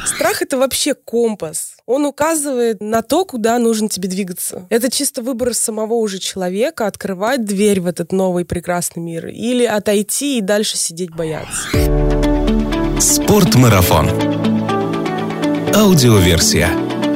Страх — это вообще компас. Он указывает на то, куда нужно тебе двигаться. Это чисто выбор самого уже человека, открывать дверь в этот новый прекрасный мир или отойти и дальше сидеть бояться. Спортмарафон. Аудиоверсия.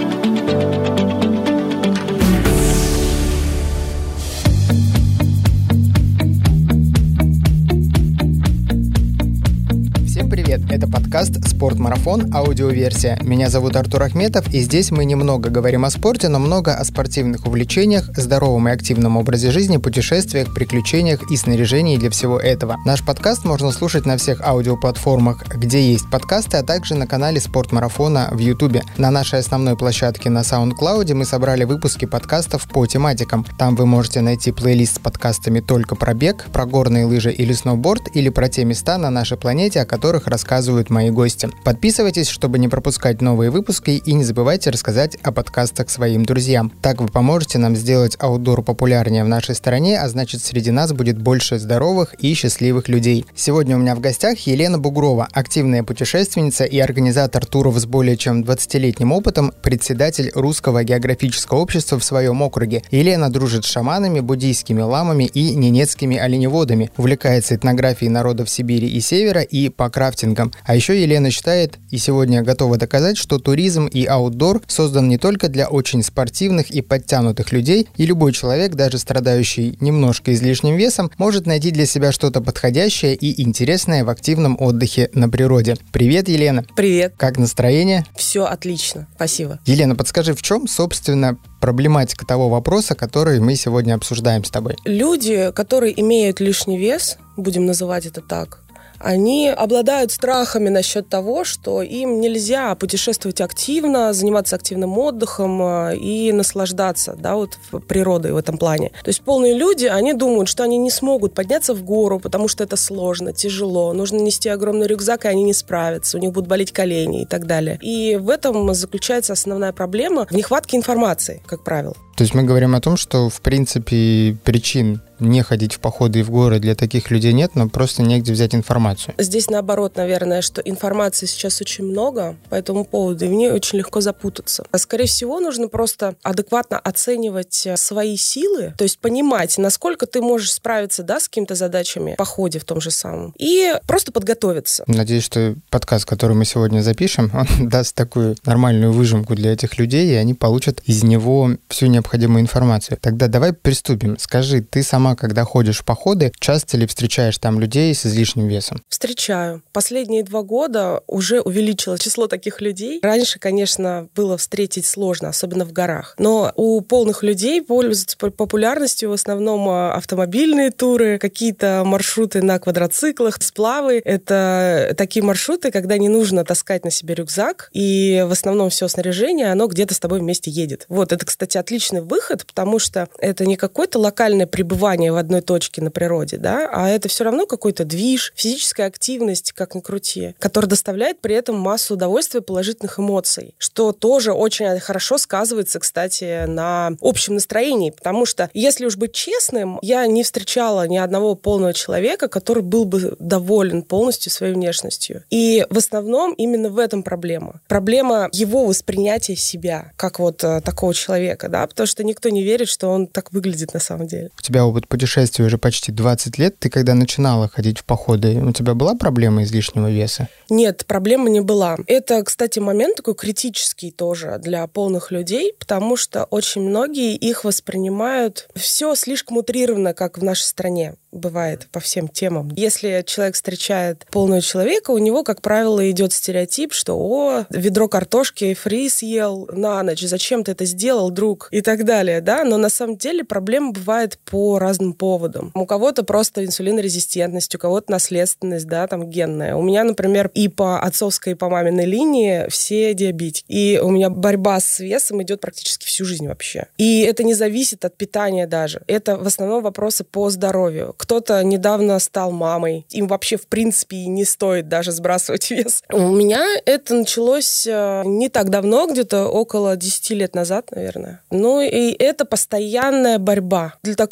Привет, это подкаст «Спортмарафон. Аудиоверсия». Меня зовут Артур Ахметов, и здесь мы немного говорим о спорте, но много о спортивных увлечениях, здоровом и активном образе жизни, путешествиях, приключениях и снаряжении для всего этого. Наш подкаст можно слушать на всех аудиоплатформах, где есть подкасты, а также на канале «Спортмарафона» в Ютубе. На нашей основной площадке на SoundCloud мы собрали выпуски подкастов по тематикам. Там вы можете найти плейлист с подкастами только про бег, про горные лыжи или сноуборд, или про те места на нашей планете, о которых рассказывают мои гости. Подписывайтесь, чтобы не пропускать новые выпуски, и не забывайте рассказать о подкастах своим друзьям. Так вы поможете нам сделать аутдор популярнее в нашей стране, а значит, среди нас будет больше здоровых и счастливых людей. Сегодня у меня в гостях Елена Бугрова, активная путешественница и организатор туров с более чем 20-летним опытом, председатель Русского географического общества в своем округе. Елена дружит с шаманами, буддийскими ламами и ненецкими оленеводами, увлекается этнографией народов Сибири и Севера и по крафтингом. А еще Елена считает и сегодня готова доказать, что туризм и аутдор создан не только для очень спортивных и подтянутых людей, и любой человек, даже страдающий немножко излишним весом, может найти для себя что-то подходящее и интересное в активном отдыхе на природе. Привет, Елена. Привет. Как настроение? Все отлично, спасибо. Елена, подскажи, в чем, собственно, проблематика того вопроса, который мы сегодня обсуждаем с тобой? Люди, которые имеют лишний вес, будем называть это так, они обладают страхами насчет того, что им нельзя путешествовать активно, заниматься активным отдыхом и наслаждаться, природой в этом плане. То есть полные люди, они думают, что они не смогут подняться в гору, потому что это сложно, тяжело, нужно нести огромный рюкзак, и они не справятся, у них будут болеть колени и так далее. И в этом заключается основная проблема в нехватке информации, как правило. То есть мы говорим о том, что, в принципе, причин не ходить в походы и в горы для таких людей нет, но просто негде взять информацию. Здесь наоборот, наверное, что информации сейчас очень много по этому поводу, и в ней очень легко запутаться. Скорее всего, нужно просто адекватно оценивать свои силы, то есть понимать, насколько ты можешь справиться, с какими-то задачами в походе в том же самом, и просто подготовиться. Надеюсь, что подкаст, который мы сегодня запишем, он даст такую нормальную выжимку для этих людей, и они получат из него всю необходимую информацию. Тогда давай приступим. Скажи, ты сама, когда ходишь в походы, часто ли встречаешь там людей с излишним весом? Встречаю. Последние 2 года уже увеличилось число таких людей. Раньше, конечно, было встретить сложно, особенно в горах. Но у полных людей пользуются популярностью в основном автомобильные туры, какие-то маршруты на квадроциклах, сплавы. Это такие маршруты, когда не нужно таскать на себе рюкзак, и в основном все снаряжение, оно где-то с тобой вместе едет. Вот, это, кстати, отличный выход, потому что это не какое-то локальное пребывание в одной точке на природе, а это все равно какой-то движ, физическая активность, как ни крути, которая доставляет при этом массу удовольствия, положительных эмоций, что тоже очень хорошо сказывается, кстати, на общем настроении, потому что, если уж быть честным, я не встречала ни одного полного человека, который был бы доволен полностью своей внешностью. И в основном именно в этом проблема. Проблема его воспринятия себя, как такого человека, потому что никто не верит, что он так выглядит на самом деле. У тебя опыт путешествий уже почти 20 лет. Ты когда начинала ходить в походы, у тебя была проблема излишнего веса? Нет, проблемы не была. Это, кстати, момент такой критический тоже для полных людей, потому что очень многие их воспринимают все слишком утрированно, как в нашей стране бывает по всем темам. Если человек встречает полного человека, у него, как правило, идет стереотип, что ведро картошки фри съел на ночь, зачем ты это сделал, друг, и так далее, но на самом деле проблема бывает по разным поводам. У кого-то просто инсулинорезистентность, у кого-то наследственность, генная. У меня, например, и по отцовской, и по маминой линии все диабетики. И у меня борьба с весом идет практически всю жизнь вообще. И это не зависит от питания даже. Это в основном вопросы по здоровью. Кто-то недавно стал мамой. Им вообще, в принципе, не стоит даже сбрасывать вес. У меня это началось не так давно, где-то около 10 лет назад, наверное. И это постоянная борьба. Для такого человека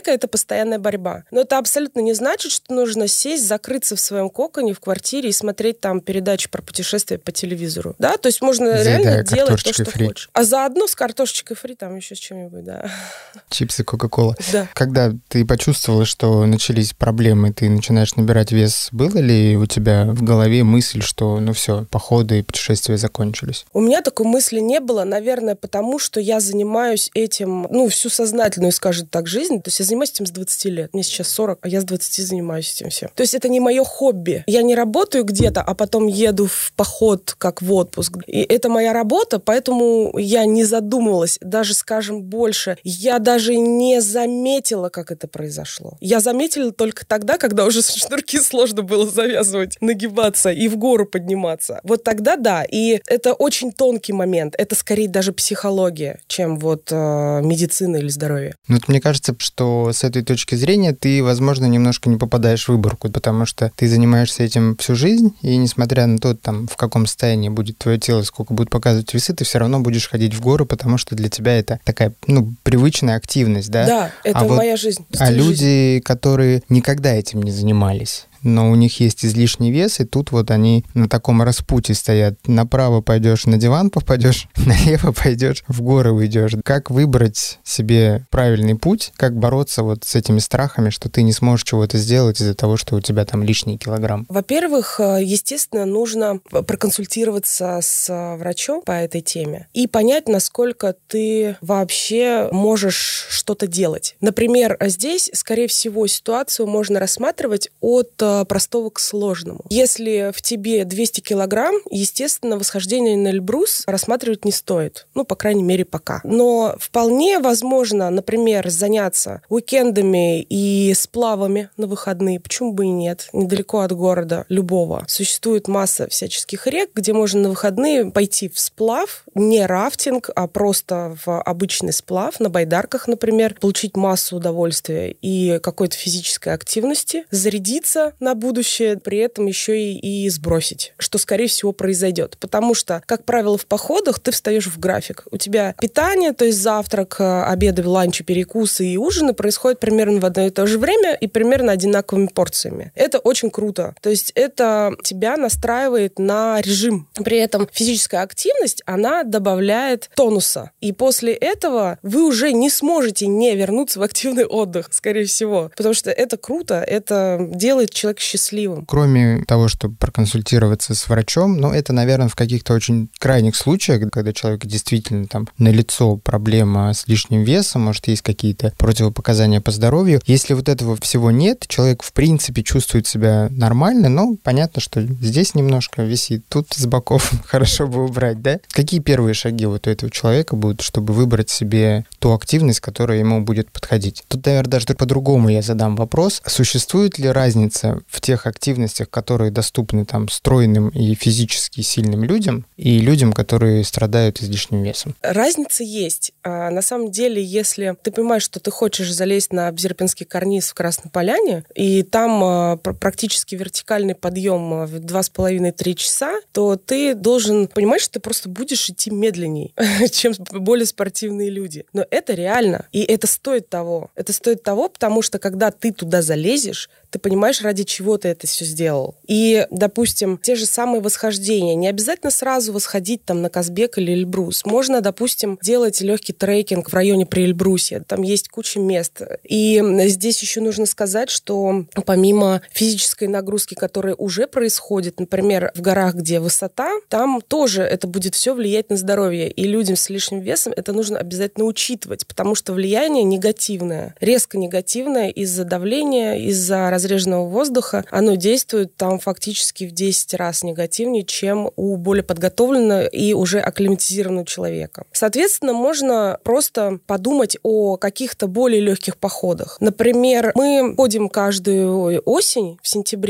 человека это постоянная борьба. Но это абсолютно не значит, что нужно сесть, закрыться в своем коконе в квартире и смотреть там передачи про путешествия по телевизору. Да, то есть можно реально делать то, что хочешь. А заодно с картошечкой фри, там еще с чем-нибудь, да. Чипсы, Кока-Кола. Да. Когда ты почувствовала, что начались проблемы, ты начинаешь набирать вес, было ли у тебя в голове мысль, что ну все, походы и путешествия закончились? У меня такой мысли не было, наверное, потому что я занимаюсь этим, всю сознательную, скажем так, жизнь. То есть я занимаюсь этим с 20 лет. Мне сейчас 40, а я с 20 занимаюсь этим всем. То есть это не мое хобби. Я не работаю где-то, а потом еду в поход, как в отпуск. И это моя работа, поэтому я не задумывалась. Даже, скажем, больше. Я даже не заметила, как это произошло. Я заметила только тогда, когда уже шнурки сложно было завязывать, нагибаться и в гору подниматься. Вот тогда да. И это очень тонкий момент. Это скорее даже психология, чем медицина или здоровье. Мне кажется, что с этой точки зрения ты, возможно, немножко не попадаешь в выборку, потому что ты занимаешься этим всю жизнь, и несмотря на то, в каком состоянии будет твое тело, сколько будут показывать весы, ты все равно будешь ходить в горы, потому что для тебя это такая, привычная активность, да? Да, это моя жизнь. А люди, которые никогда этим не занимались, но у них есть излишний вес, и тут вот они на таком распутье стоят. Направо пойдешь, на диван попадешь, налево пойдешь, в горы уйдешь. Как выбрать себе правильный путь, как бороться вот с этими страхами, что ты не сможешь чего-то сделать из-за того, что у тебя там лишний килограмм? Во-первых, естественно, нужно проконсультироваться с врачом по этой теме и понять, насколько ты вообще можешь что-то делать. Например, здесь, скорее всего, ситуацию можно рассматривать от простого к сложному. Если в тебе 200 килограмм, естественно, восхождение на Эльбрус рассматривать не стоит. По крайней мере, пока. Но вполне возможно, например, заняться уикендами и сплавами на выходные. Почему бы и нет? Недалеко от города любого. Существует масса всяческих рек, где можно на выходные пойти в сплав, не рафтинг, а просто в обычный сплав, на байдарках, например, получить массу удовольствия и какой-то физической активности, зарядиться на будущее, при этом еще и сбросить, что, скорее всего, произойдет. Потому что, как правило, в походах ты встаешь в график. У тебя питание, то есть завтрак, обеды, ланчи, перекусы и ужины происходят примерно в одно и то же время и примерно одинаковыми порциями. Это очень круто. То есть это тебя настраивает на режим. При этом физическая активность, она добавляет тонуса. И после этого вы уже не сможете не вернуться в активный отдых, скорее всего. Потому что это круто, это делает человека счастливым. Кроме того, чтобы проконсультироваться с врачом, это, наверное, в каких-то очень крайних случаях, когда человек действительно налицо проблема с лишним весом, может, есть какие-то противопоказания по здоровью. Если вот этого всего нет, человек, в принципе, чувствует себя нормально, но понятно, что здесь немножко висит, тут с боков хорошо бы убрать, да? Какие первые шаги вот у этого человека будут, чтобы выбрать себе ту активность, которая ему будет подходить? Тут, наверное, даже по-другому я задам вопрос. Существует ли разница в тех активностях, которые доступны стройным и физически сильным людям, и людям, которые страдают излишним весом? Разница есть. На самом деле, если ты понимаешь, что ты хочешь залезть на Обзерпинский карниз в Красной Поляне, и там практически вертикальный подъем в 2,5-3 часа, то ты должен понимать, что ты просто будешь идти медленней, чем более спортивные люди. Но это реально, и это стоит того. Это стоит того, потому что когда ты туда залезешь, ты понимаешь, ради чего ты это все сделал. И, допустим, те же самые восхождения. Не обязательно сразу восходить на Казбек или Эльбрус. Можно, допустим, делать легкий трекинг в районе Приэльбрусья. Там есть куча мест. И здесь еще нужно сказать, что помимо физической нагрузки, которая уже происходит, например, в горах, где высота, там тоже это будет все влиять на здоровье. И людям с лишним весом это нужно обязательно учитывать, потому что влияние негативное, резко негативное из-за давления, из-за разреженного воздуха, оно действует там фактически в 10 раз негативнее, чем у более подготовленного и уже акклиматизированного человека. Соответственно, можно просто подумать о каких-то более легких походах. Например, мы ходим каждую осень в сентябре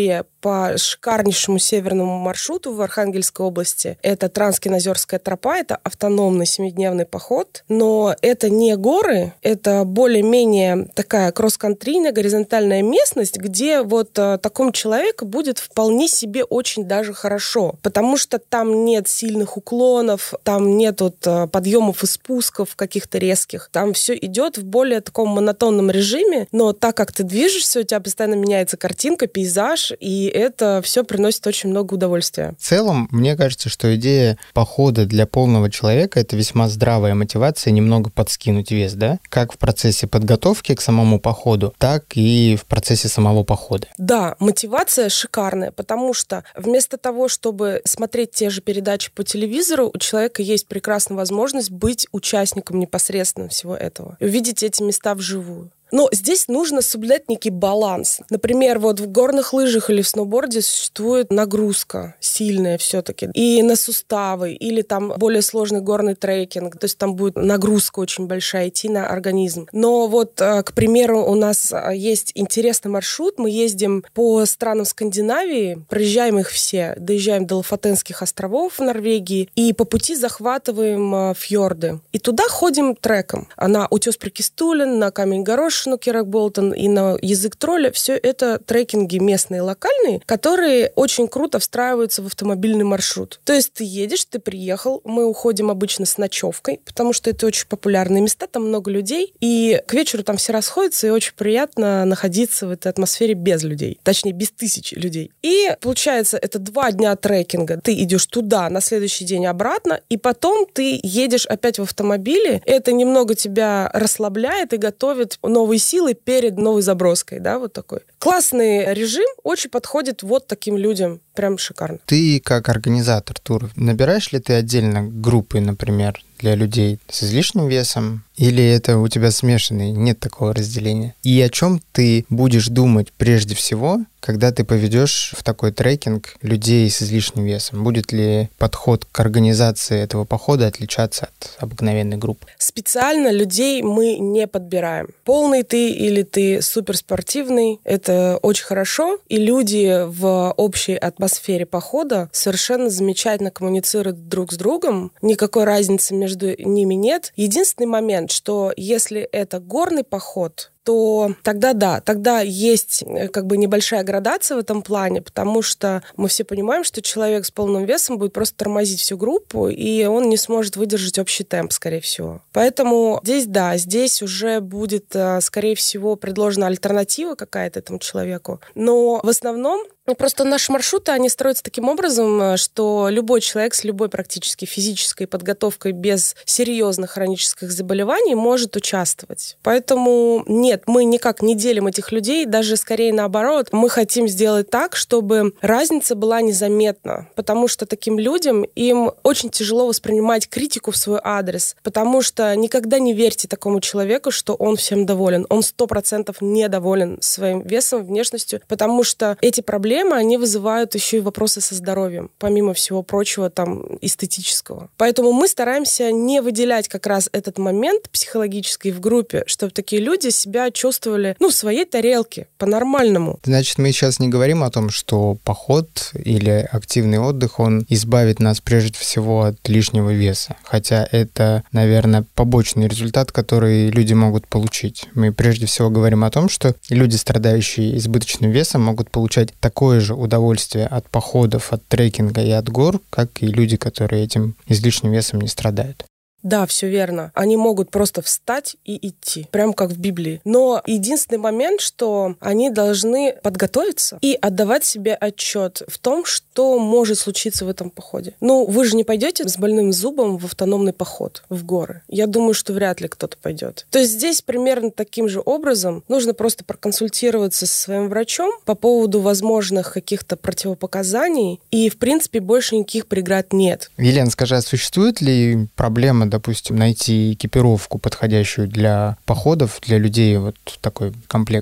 по шикарнейшему северному маршруту в Архангельской области. Это Транскинозерская тропа, это автономный 7-дневный поход, но это не горы, это более-менее такая кросс-контрийная горизонтальная местность, где вот такому человеку будет вполне себе очень даже хорошо, потому что там нет сильных уклонов, там нет подъемов и спусков каких-то резких, там все идет в более таком монотонном режиме, но так как ты движешься, у тебя постоянно меняется картинка, пейзаж, и это все приносит очень много удовольствия. В целом, мне кажется, что идея похода для полного человека — это весьма здравая мотивация немного подскинуть вес, да? Как в процессе подготовки к самому походу, так и в процессе самого похода. Да, мотивация шикарная, потому что вместо того, чтобы смотреть те же передачи по телевизору, у человека есть прекрасная возможность быть участником непосредственно всего этого и увидеть эти места вживую. Но здесь нужно соблюдать некий баланс. Например, вот в горных лыжах или в сноуборде существует нагрузка сильная все-таки и на суставы, или там более сложный горный трекинг, то есть там будет нагрузка очень большая идти на организм. Но вот, к примеру, у нас есть интересный маршрут, мы ездим по странам Скандинавии, проезжаем их все, доезжаем до Лофотенских островов в Норвегии и по пути захватываем фьорды. И туда ходим треком. На утес Прикистулен, на камень Горош, Керакболтон и на язык тролля. Все это трекинги местные, локальные, которые очень круто встраиваются в автомобильный маршрут. То есть ты едешь, ты приехал, мы уходим обычно с ночевкой, потому что это очень популярные места, там много людей, и к вечеру там все расходятся, и очень приятно находиться в этой атмосфере без людей. Точнее, без тысячи людей. И получается, это 2 дня трекинга. Ты идешь туда, на следующий день обратно, и потом ты едешь опять в автомобиле. Это немного тебя расслабляет и готовит новые силы перед новой заброской, да, вот такой. Классный режим, очень подходит вот таким людям, прям шикарно. Ты как организатор туров, набираешь ли ты отдельно группы, например, для людей с излишним весом, или это у тебя смешанный, нет такого разделения? И о чем ты будешь думать прежде всего, когда ты поведешь в такой трекинг людей с излишним весом? Будет ли подход к организации этого похода отличаться от обыкновенной группы? Специально людей мы не подбираем. Полный ты или ты суперспортивный, это очень хорошо, и люди в общей атмосфере похода совершенно замечательно коммуницируют друг с другом, никакой разницы между ними нет. Единственный момент, что если это горный поход, то тогда да, тогда есть как бы небольшая градация в этом плане, потому что мы все понимаем, что человек с полным весом будет просто тормозить всю группу, и он не сможет выдержать общий темп, скорее всего. Поэтому здесь да, здесь уже будет, скорее всего, предложена альтернатива какая-то этому человеку. Но в основном просто наши маршруты, они строятся таким образом, что любой человек с любой практически физической подготовкой без серьезных хронических заболеваний может участвовать. Поэтому нет, мы никак не делим этих людей, даже скорее наоборот. Мы хотим сделать так, чтобы разница была незаметна, потому что таким людям им очень тяжело воспринимать критику в свой адрес, потому что никогда не верьте такому человеку, что он всем доволен. Он 100% недоволен своим весом, внешностью, потому что эти проблемы, они вызывают еще и вопросы со здоровьем, помимо всего прочего там эстетического. Поэтому мы стараемся не выделять как раз этот момент психологический в группе, чтобы такие люди себя чувствовали, в своей тарелке, по-нормальному. Значит, мы сейчас не говорим о том, что поход или активный отдых, он избавит нас прежде всего от лишнего веса. Хотя это, наверное, побочный результат, который люди могут получить. Мы прежде всего говорим о том, что люди, страдающие избыточным весом, могут получать такое же удовольствие от походов, от трекинга и от гор, как и люди, которые этим излишним весом не страдают. Да, все верно. Они могут просто встать и идти, прям как в Библии. Но единственный момент, что они должны подготовиться и отдавать себе отчет в том, что может случиться в этом походе. Вы же не пойдете с больным зубом в автономный поход в горы. Я думаю, что вряд ли кто-то пойдет. То есть здесь примерно таким же образом нужно просто проконсультироваться со своим врачом по поводу возможных каких-то противопоказаний, и, в принципе, больше никаких преград нет. Елена, скажи, а существует ли проблема, допустим, найти экипировку, подходящую для походов, для людей вот в такой комплекции?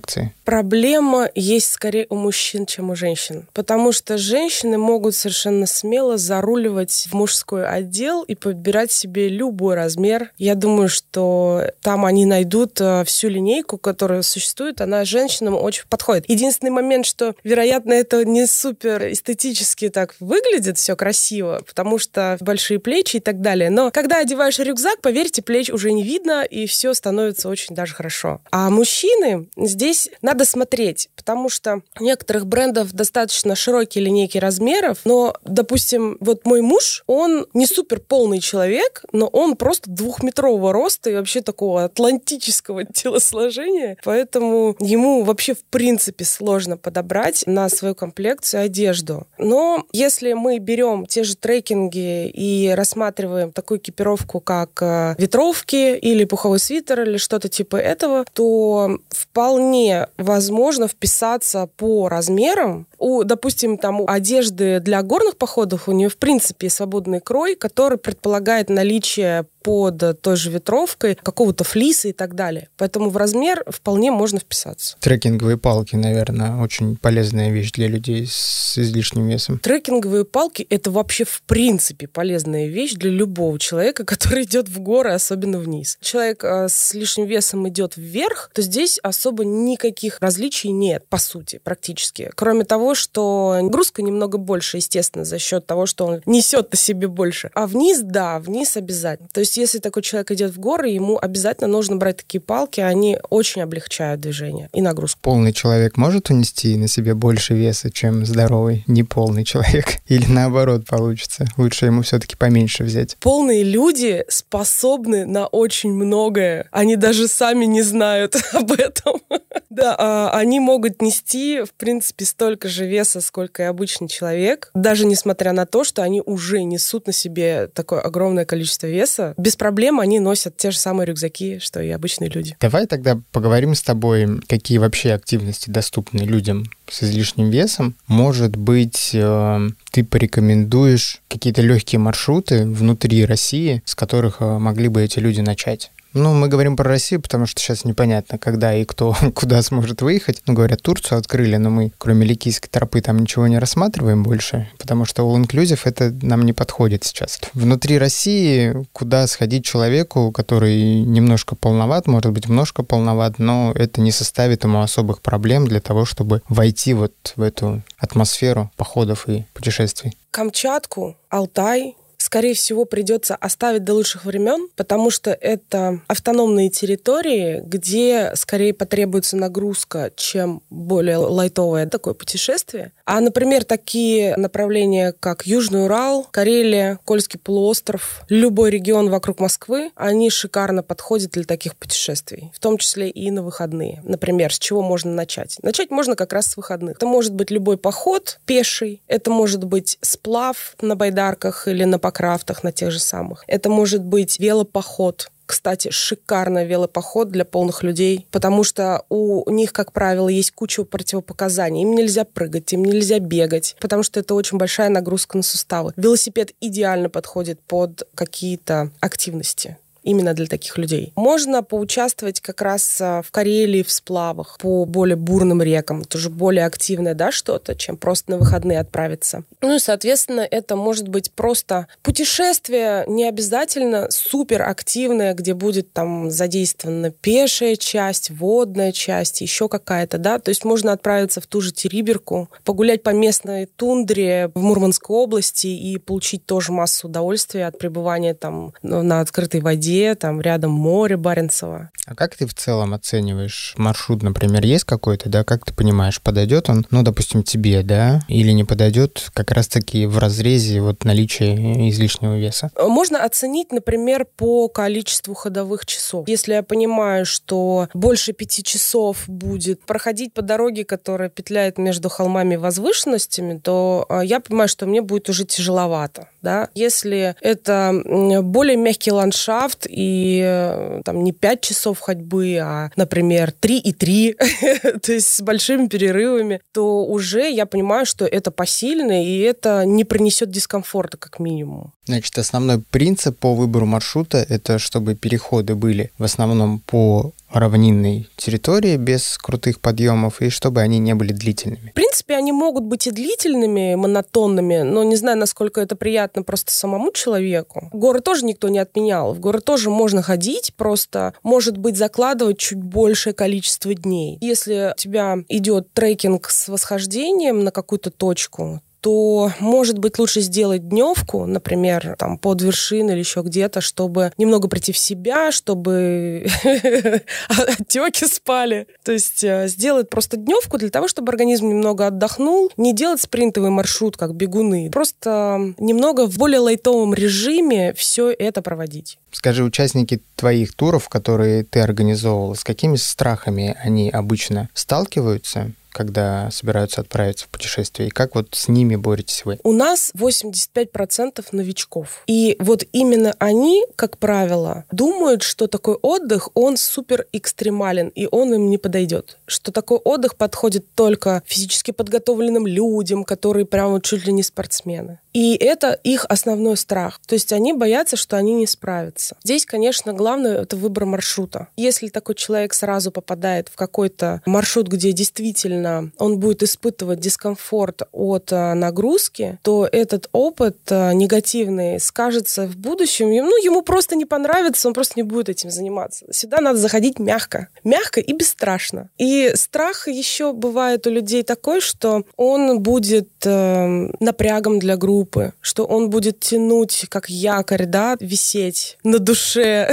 Проблема есть скорее у мужчин, чем у женщин. Потому что женщины могут совершенно смело заруливать в мужской отдел и подбирать себе любой размер. Я думаю, что там они найдут всю линейку, которая существует. Она женщинам очень подходит. Единственный момент, что, вероятно, это не супер эстетически так выглядит, все красиво, потому что большие плечи и так далее. Но когда одеваешь рюкзак, поверьте, плеч уже не видно, и все становится очень даже хорошо. А мужчины, здесь надо смотреть, потому что у некоторых брендов достаточно широкие линейки размеров, но, допустим, вот мой муж, он не супер полный человек, но он просто 2-метрового роста и вообще такого атлантического телосложения, поэтому ему вообще в принципе сложно подобрать на свою комплекцию одежду. Но если мы берем те же трекинги и рассматриваем такую экипировку, как ветровки или пуховой свитер или что-то типа этого, то вполне возможно вписаться по размерам. Допустим, там у одежды для горных походов у нее в принципе свободный крой, который предполагает наличие под той же ветровкой какого-то флиса и так далее. Поэтому в размер вполне можно вписаться. Трекинговые палки, наверное, очень полезная вещь для людей с излишним весом. Трекинговые палки — это вообще в принципе полезная вещь для любого человека, который идет в горы, особенно вниз. Человек с лишним весом идет вверх, то здесь особо никаких различий нет, по сути, практически. Кроме того, что нагрузка немного больше, естественно, за счет того, что он несет на себе больше. А вниз, да, вниз обязательно. То есть если такой человек идет в горы, ему обязательно нужно брать такие палки, они очень облегчают движение и нагрузку. Полный человек может унести на себе больше веса, чем здоровый, неполный человек? Или наоборот получится? Лучше ему все-таки поменьше взять? Полные люди способны на очень многое. Они даже сами не знают об этом. Да, они могут нести, в принципе, столько же веса, сколько и обычный человек, даже несмотря на то, что они уже несут на себе такое огромное количество веса. Без проблем они носят те же самые рюкзаки, что и обычные люди. Давай тогда поговорим с тобой, какие вообще активности доступны людям с излишним весом. Может быть, ты порекомендуешь какие-то легкие маршруты внутри России, с которых могли бы эти люди начать? Ну, мы говорим про Россию, потому что сейчас непонятно, когда и кто куда сможет выехать. Ну, говорят, Турцию открыли, но мы, кроме Ликийской тропы, там ничего не рассматриваем больше, потому что all-inclusive это нам не подходит сейчас. Внутри России куда сходить человеку, который немножко полноват, может быть, немножко полноват, но это не составит ему особых проблем для того, чтобы войти вот в эту атмосферу походов и путешествий? Камчатку, Алтай, скорее всего, придется оставить до лучших времен, потому что это автономные территории, где скорее потребуется нагрузка, чем более лайтовое такое путешествие. А, например, такие направления, как Южный Урал, Карелия, Кольский полуостров, любой регион вокруг Москвы, они шикарно подходят для таких путешествий, в том числе и на выходные. Например, с чего можно начать? Начать можно как раз с выходных. Это может быть любой поход пеший, это может быть сплав на байдарках или на покрафтах на тех же самых. Это может быть велопоход. Кстати, шикарный велопоход для полных людей, потому что у них, как правило, есть куча противопоказаний. Им нельзя прыгать, им нельзя бегать, потому что это очень большая нагрузка на суставы. Велосипед идеально подходит под какие-то активности. Именно для таких людей. Можно поучаствовать как раз в Карелии в сплавах по более бурным рекам. Это уже более активное, да, что-то, чем просто на выходные отправиться. Ну и, соответственно, это может быть просто путешествие, не обязательно суперактивное, где будет там задействована пешая часть, водная часть, еще какая-то, да. То есть можно отправиться в ту же Териберку, погулять по местной тундре в Мурманской области и получить тоже массу удовольствия от пребывания там на открытой воде, там рядом море Баренцево. А как ты в целом оцениваешь маршрут, например, есть какой-то, да, как ты понимаешь, подойдет он, ну, допустим, тебе, да, или не подойдет как раз-таки в разрезе вот наличия излишнего веса? Можно оценить, например, по количеству ходовых часов. Если я понимаю, что больше 5 часов будет проходить по дороге, которая петляет между холмами и возвышенностями, то я понимаю, что мне будет уже тяжеловато, да. Если это более мягкий ландшафт, и там не 5 часов ходьбы, а, например, 3,3, то есть с большими перерывами, то уже я понимаю, что это посильно, и это не принесет дискомфорта, как минимум. Значит, основной принцип по выбору маршрута — это чтобы переходы были в основном по равнинной территории без крутых подъемов, и чтобы они не были длительными. В принципе, они могут быть и длительными, монотонными, но не знаю, насколько это приятно просто самому человеку. Горы тоже никто не отменял. В горы тоже можно ходить, просто, может быть, закладывать чуть большее количество дней. Если у тебя идет трекинг с восхождением на какую-то точку, то, может быть, лучше сделать дневку, например, там, под вершиной или еще где-то, чтобы немного прийти в себя, чтобы отеки спали. То есть сделать просто дневку для того, чтобы организм немного отдохнул, не делать спринтовый маршрут, как бегуны, просто немного в более лайтовом режиме все это проводить. Скажи, участники твоих туров, которые ты организовывала, с какими страхами они обычно сталкиваются, когда собираются отправиться в путешествие, и как вот с ними боретесь вы? У нас 85% новичков. И вот именно они, как правило, думают, что такой отдых, он супер экстремален, и он им не подойдет. Что такой отдых подходит только физически подготовленным людям, которые прямо чуть ли не спортсмены. И это их основной страх. То есть они боятся, что они не справятся. Здесь, конечно, главное — это выбор маршрута. Если такой человек сразу попадает в какой-то маршрут, где действительно он будет испытывать дискомфорт от нагрузки, то этот опыт негативный скажется в будущем. Ему просто не понравится, он просто не будет этим заниматься. Сюда надо заходить мягко. Мягко и бесстрашно. И страх еще бывает у людей такой, что он будет напрягом для группы, что он будет тянуть, как якорь, да, висеть на душе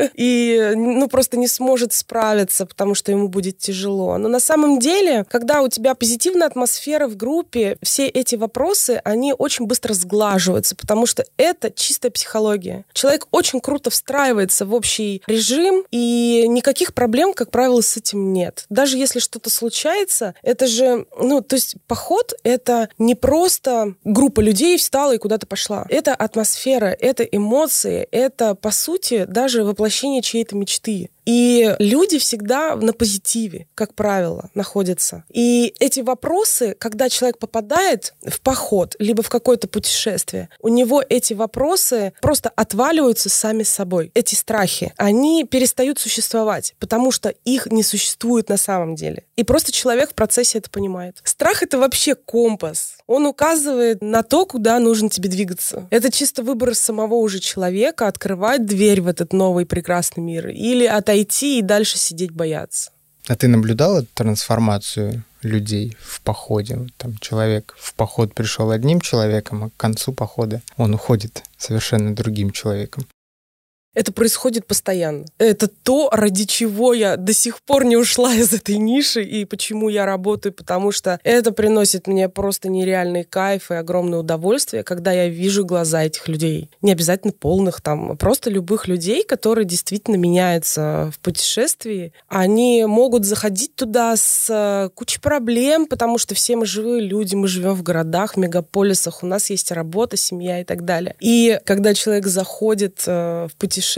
и просто не сможет справиться, потому что ему будет тяжело. Но на самом деле, когда у тебя позитивная атмосфера в группе, все эти вопросы, они очень быстро сглаживаются, потому что это чистая психология. Человек очень круто встраивается в общий режим, и никаких проблем, как правило, с этим нет. Даже если что-то случается, это же, то есть поход — это не просто группа людей встала и куда-то пошла. Это атмосфера, это эмоции, это, по сути, даже воплощение чьей-то мечты. И люди всегда на позитиве, как правило, находятся. И эти вопросы, когда человек попадает в поход, либо в какое-то путешествие, у него эти вопросы просто отваливаются сами собой. Эти страхи, они перестают существовать, потому что их не существует на самом деле. И просто человек в процессе это понимает. Страх — это вообще компас. Он указывает на то, куда нужно тебе двигаться. Это чисто выбор самого уже человека, открывать дверь в этот новый прекрасный мир или отойти и дальше сидеть бояться. А ты наблюдала трансформацию людей в походе? Там человек в поход пришел одним человеком, а к концу похода он уходит совершенно другим человеком. Это происходит постоянно. Это то, ради чего я до сих пор не ушла из этой ниши и почему я работаю, потому что это приносит мне просто нереальный кайф и огромное удовольствие, когда я вижу глаза этих людей. Не обязательно полных, просто любых людей, которые действительно меняются в путешествии. Они могут заходить туда с кучей проблем, потому что все мы живые люди, мы живем в городах, в мегаполисах, у нас есть работа, семья и так далее. И когда человек заходит в путешествие,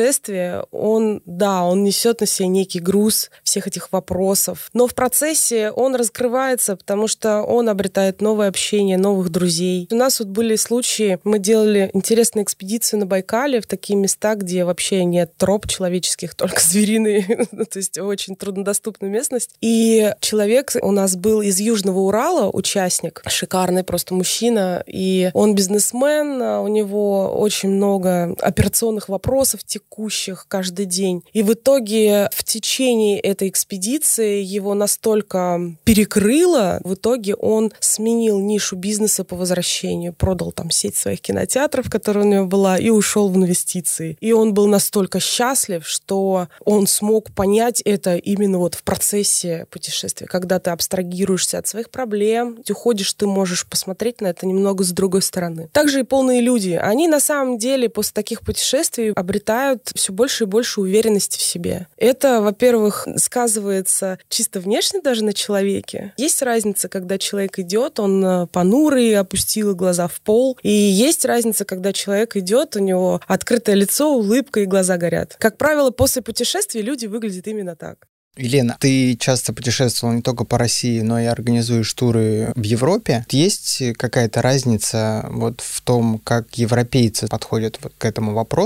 он несет на себе некий груз всех этих вопросов. Но в процессе он раскрывается, потому что он обретает новое общение, новых друзей. У нас вот были случаи, мы делали интересную экспедицию на Байкале в такие места, где вообще нет троп человеческих, только звериные, то есть очень труднодоступная местность. И человек у нас был из Южного Урала, участник, шикарный просто мужчина, и он бизнесмен, у него очень много операционных вопросов текущих каждый день. И в итоге в течение этой экспедиции его настолько перекрыло, в итоге он сменил нишу бизнеса по возвращению, продал там сеть своих кинотеатров, которая у него была, и ушел в инвестиции. И он был настолько счастлив, что он смог понять это именно вот в процессе путешествия, когда ты абстрагируешься от своих проблем, ты уходишь, ты можешь посмотреть на это немного с другой стороны. Также и полные люди. Они на самом деле после таких путешествий обретают все больше и больше уверенности в себе. Это, во-первых, сказывается чисто внешне даже на человеке. Есть разница, когда человек идет, он понурый, опустил глаза в пол. И есть разница, когда человек идет, у него открытое лицо, улыбка и глаза горят. Как правило, после путешествия люди выглядят именно так. Елена, ты часто путешествовала не только по России, но и организуешь туры в Европе. Есть какая-то разница вот в том, как европейцы подходят вот к этому вопросу,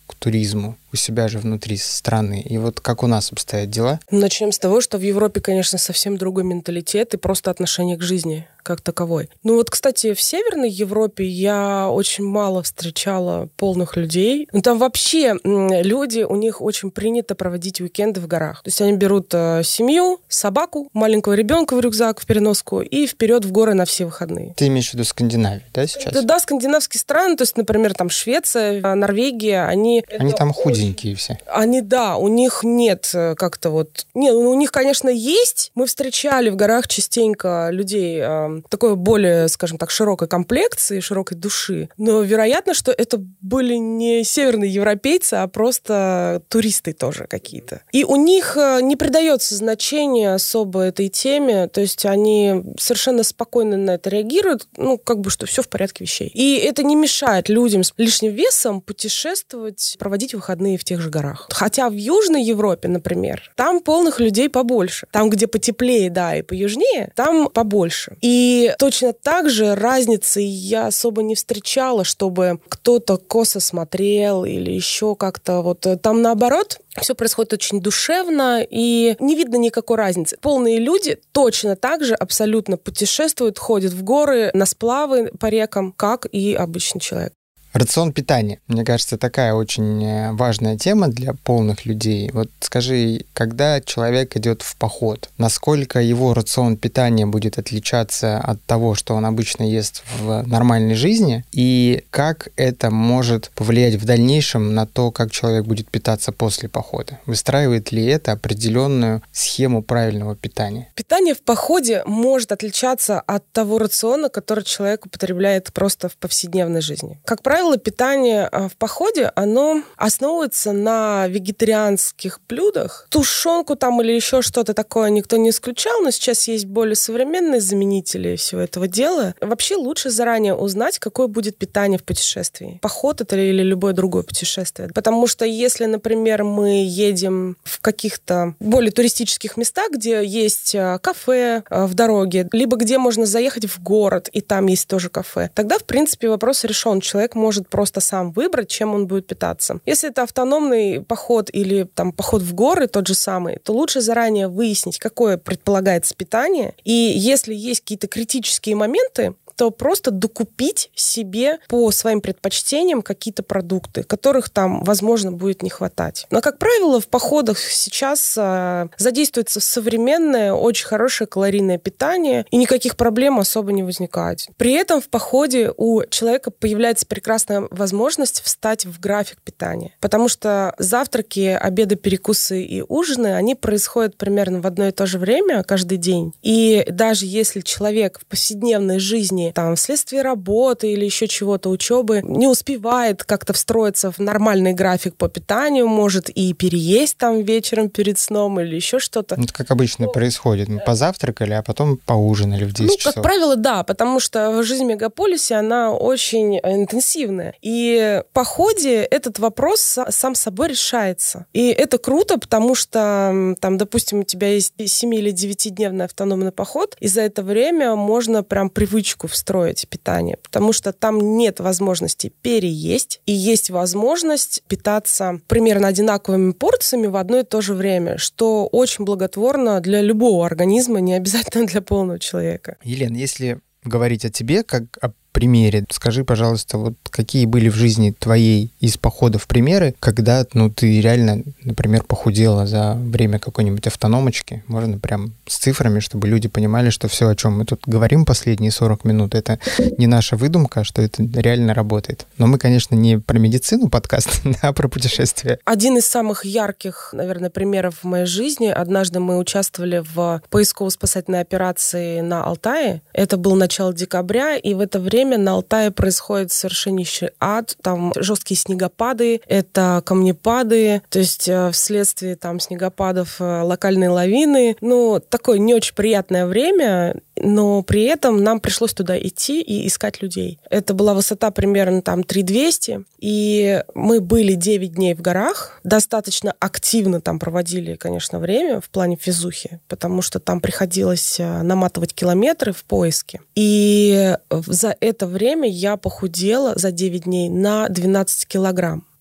к туризму у себя же внутри страны? И вот как у нас обстоят дела? Начнем с того, что в Европе, конечно, совсем другой менталитет и просто отношение к жизни как таковой. Ну вот, кстати, в Северной Европе я очень мало встречала полных людей. Ну там вообще люди, у них очень принято проводить уикенды в горах. То есть они берут семью, собаку, маленького ребенка в рюкзак, в переноску и вперед в горы на все выходные. Ты имеешь в виду Скандинавию, да, сейчас? Да, скандинавские страны, то есть, например, там Швеция, Норвегия, они там худенькие все. Они, да, у них нет как-то вот... Нет, у них, конечно, есть. Мы встречали в горах частенько людей такой более, скажем так, широкой комплекции, широкой души. Но вероятно, что это были не северные европейцы, а просто туристы тоже какие-то. И у них не придается значения особо этой теме, то есть они совершенно спокойно на это реагируют, ну, как бы, что все в порядке вещей. И это не мешает людям с лишним весом путешествовать, проводить выходные в тех же горах. Хотя в Южной Европе, например, там полных людей побольше. Там, где потеплее, да, и поюжнее, там побольше. И точно так же разницы я особо не встречала, чтобы кто-то косо смотрел или еще как-то вот. Там наоборот, все происходит очень душевно, и не видно никакой разницы. Полные люди точно так же абсолютно путешествуют, ходят в горы, на сплавы по рекам, как и обычный человек. Рацион питания. Мне кажется, такая очень важная тема для полных людей. Вот скажи, когда человек идет в поход, насколько его рацион питания будет отличаться от того, что он обычно ест в нормальной жизни, и как это может повлиять в дальнейшем на то, как человек будет питаться после похода? Выстраивает ли это определенную схему правильного питания? Питание в походе может отличаться от того рациона, который человек употребляет просто в повседневной жизни. Как правило, питание в походе, оно основывается на вегетарианских блюдах. Тушенку там или еще что-то такое никто не исключал, но сейчас есть более современные заменители всего этого дела. Вообще лучше заранее узнать, какое будет питание в путешествии. Поход это или любое другое путешествие. Потому что если, например, мы едем в каких-то более туристических местах, где есть кафе в дороге, либо где можно заехать в город, и там есть тоже кафе, тогда, в принципе, вопрос решен. Человек может просто сам выбрать, чем он будет питаться. Если это автономный поход или там поход в горы тот же самый, то лучше заранее выяснить, какое предполагается питание. И если есть какие-то критические моменты, то просто докупить себе по своим предпочтениям какие-то продукты, которых там, возможно, будет не хватать. Но, как правило, в походах сейчас задействуется современное, очень хорошее калорийное питание, и никаких проблем особо не возникает. При этом в походе у человека появляется прекрасная возможность встать в график питания, потому что завтраки, обеды, перекусы и ужины, они происходят примерно в одно и то же время каждый день. И даже если человек в повседневной жизни там вследствие работы или еще чего-то, учебы, не успевает как-то встроиться в нормальный график по питанию, может и переесть там вечером перед сном или еще что-то. Это как обычно происходит. Мы позавтракали, а потом поужинали в 10 часов. Как правило, да, потому что жизнь в мегаполисе, она очень интенсивная. И в походе этот вопрос сам собой решается. И это круто, потому что, там, допустим, у тебя есть 7 или 9-дневный автономный поход, и за это время можно прям привычку встроить питание, потому что там нет возможности переесть, и есть возможность питаться примерно одинаковыми порциями в одно и то же время, что очень благотворно для любого организма, не обязательно для полного человека. Елена, если говорить о тебе как о примере, скажи, пожалуйста, вот какие были в жизни твоей из походов примеры, когда, ты реально, например, похудела за время какой-нибудь автономочки, можно прям с цифрами, чтобы люди понимали, что все, о чем мы тут говорим последние 40 минут, это не наша выдумка, что это реально работает. Но мы, конечно, не про медицину подкаст, а про путешествия. Один из самых ярких, наверное, примеров в моей жизни. Однажды мы участвовали в поисково-спасательной операции на Алтае. Это было начало декабря, и в это время на Алтае происходит совершеннейший ад. Там жесткие снегопады, это камнепады, то есть вследствие там снегопадов локальные лавины. Такое не очень приятное время, но при этом нам пришлось туда идти и искать людей. Это была высота примерно там 3200, и мы были 9 дней в горах, достаточно активно там проводили, конечно, время в плане физухи, потому что там приходилось наматывать километры в поиске. И за это время я похудела за 9 дней на 12 килограмм.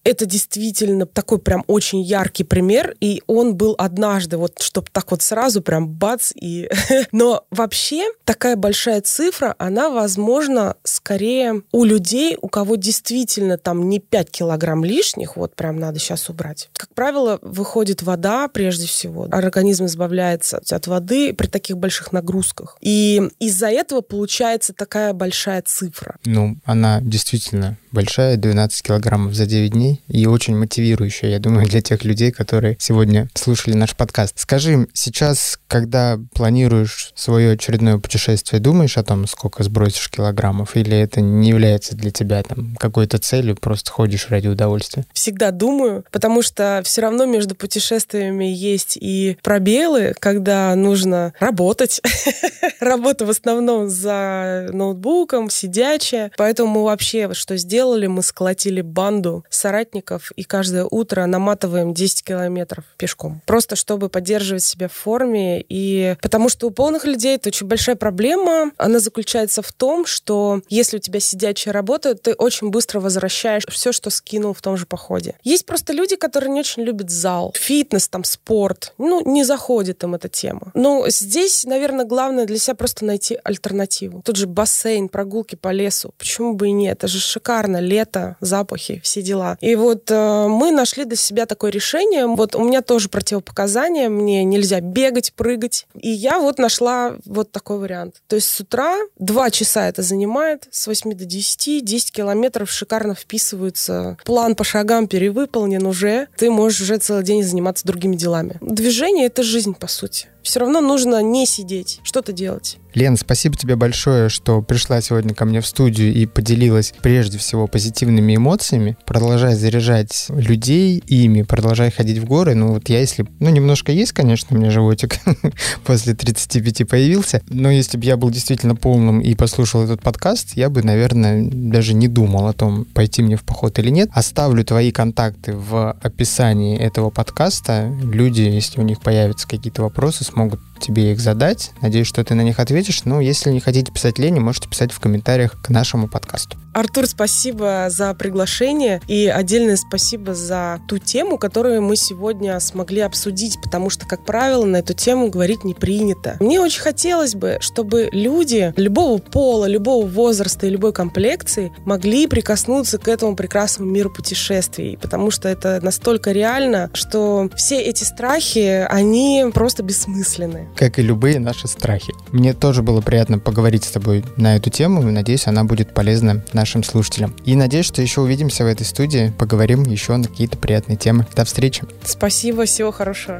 это действительно такой прям очень яркий пример, и он был однажды, вот чтобы так вот сразу прям бац, и... Но вообще такая большая цифра, она, возможно, скорее у людей, у кого действительно там не 5 килограмм лишних, вот прям надо сейчас убрать. Как правило, выходит вода прежде всего. Организм избавляется от воды при таких больших нагрузках. И из-за этого получается такая большая цифра. Ну, она действительно большая, 12 килограммов за 9 дней, и очень мотивирующая, я думаю, для тех людей, которые сегодня слушали наш подкаст. Скажи, сейчас, когда планируешь свое очередное путешествие, думаешь о том, сколько сбросишь килограммов, или это не является для тебя там какой-то целью, просто ходишь ради удовольствия? Всегда думаю, потому что все равно между путешествиями есть и пробелы, когда нужно работать. Работа в основном за ноутбуком, сидячая. Поэтому мы вообще что сделали? Мы сколотили банду соратников и каждое утро наматываем 10 километров пешком. Просто чтобы поддерживать себя в форме. И потому что у полных людей это очень большая проблема. Она заключается в том, что если у тебя сидячая работа, ты очень быстро возвращаешь все, что скинул в том же походе. Есть просто люди, которые не очень любят зал, фитнес, там, спорт. Не заходит им эта тема. Но здесь, наверное, главное для себя просто найти альтернативу. Тут же бассейн, прогулки по лесу. Почему бы и нет? Это же шикарно. Лето, запахи, все дела. И вот мы нашли для себя такое решение. Вот у меня тоже противопоказания. Мне нельзя бегать, прыгать. И я вот нашла вот такой вариант. То есть с утра 2 часа это занимает, с 8 до 10 километров шикарно вписываются. План по шагам перевыполнен уже. Ты можешь уже целый день заниматься другими делами. Движение — это жизнь, по сути. Все равно нужно не сидеть, что-то делать. Лен, спасибо тебе большое, что пришла сегодня ко мне в студию и поделилась прежде всего позитивными эмоциями. Продолжай заряжать людей ими, продолжай ходить в горы. Немножко есть, конечно, у меня животик после 35 появился, но если бы я был действительно полным и послушал этот подкаст, я бы, наверное, даже не думал о том, пойти мне в поход или нет. Оставлю твои контакты в описании этого подкаста. Люди, если у них появятся какие-то вопросы, смогут тебе их задать. Надеюсь, что ты на них ответишь. Если не хотите писать Лене, можете писать в комментариях к нашему подкасту. Артур, спасибо за приглашение и отдельное спасибо за ту тему, которую мы сегодня смогли обсудить, потому что, как правило, на эту тему говорить не принято. Мне очень хотелось бы, чтобы люди любого пола, любого возраста и любой комплекции могли прикоснуться к этому прекрасному миру путешествий, потому что это настолько реально, что все эти страхи, они просто бессмысленны. Как и любые наши страхи. Мне тоже было приятно поговорить с тобой на эту тему, и надеюсь, она будет полезна нашим слушателям. И надеюсь, что еще увидимся в этой студии, поговорим еще на какие-то приятные темы. До встречи. Спасибо, всего хорошего.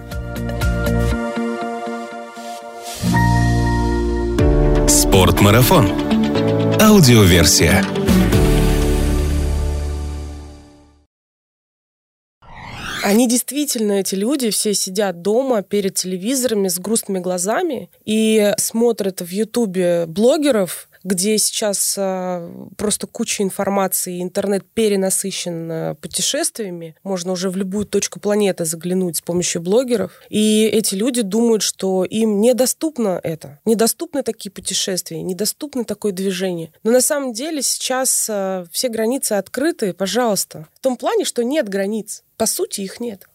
Спортмарафон. Аудиоверсия. Они действительно, эти люди, все сидят дома перед телевизорами с грустными глазами и смотрят в Ютубе блогеров, где сейчас просто куча информации, интернет перенасыщен путешествиями. Можно уже в любую точку планеты заглянуть с помощью блогеров. И эти люди думают, что им недоступно это. Недоступны такие путешествия, недоступны такое движение. Но на самом деле сейчас все границы открыты, пожалуйста. В том плане, что нет границ. По сути, их нет.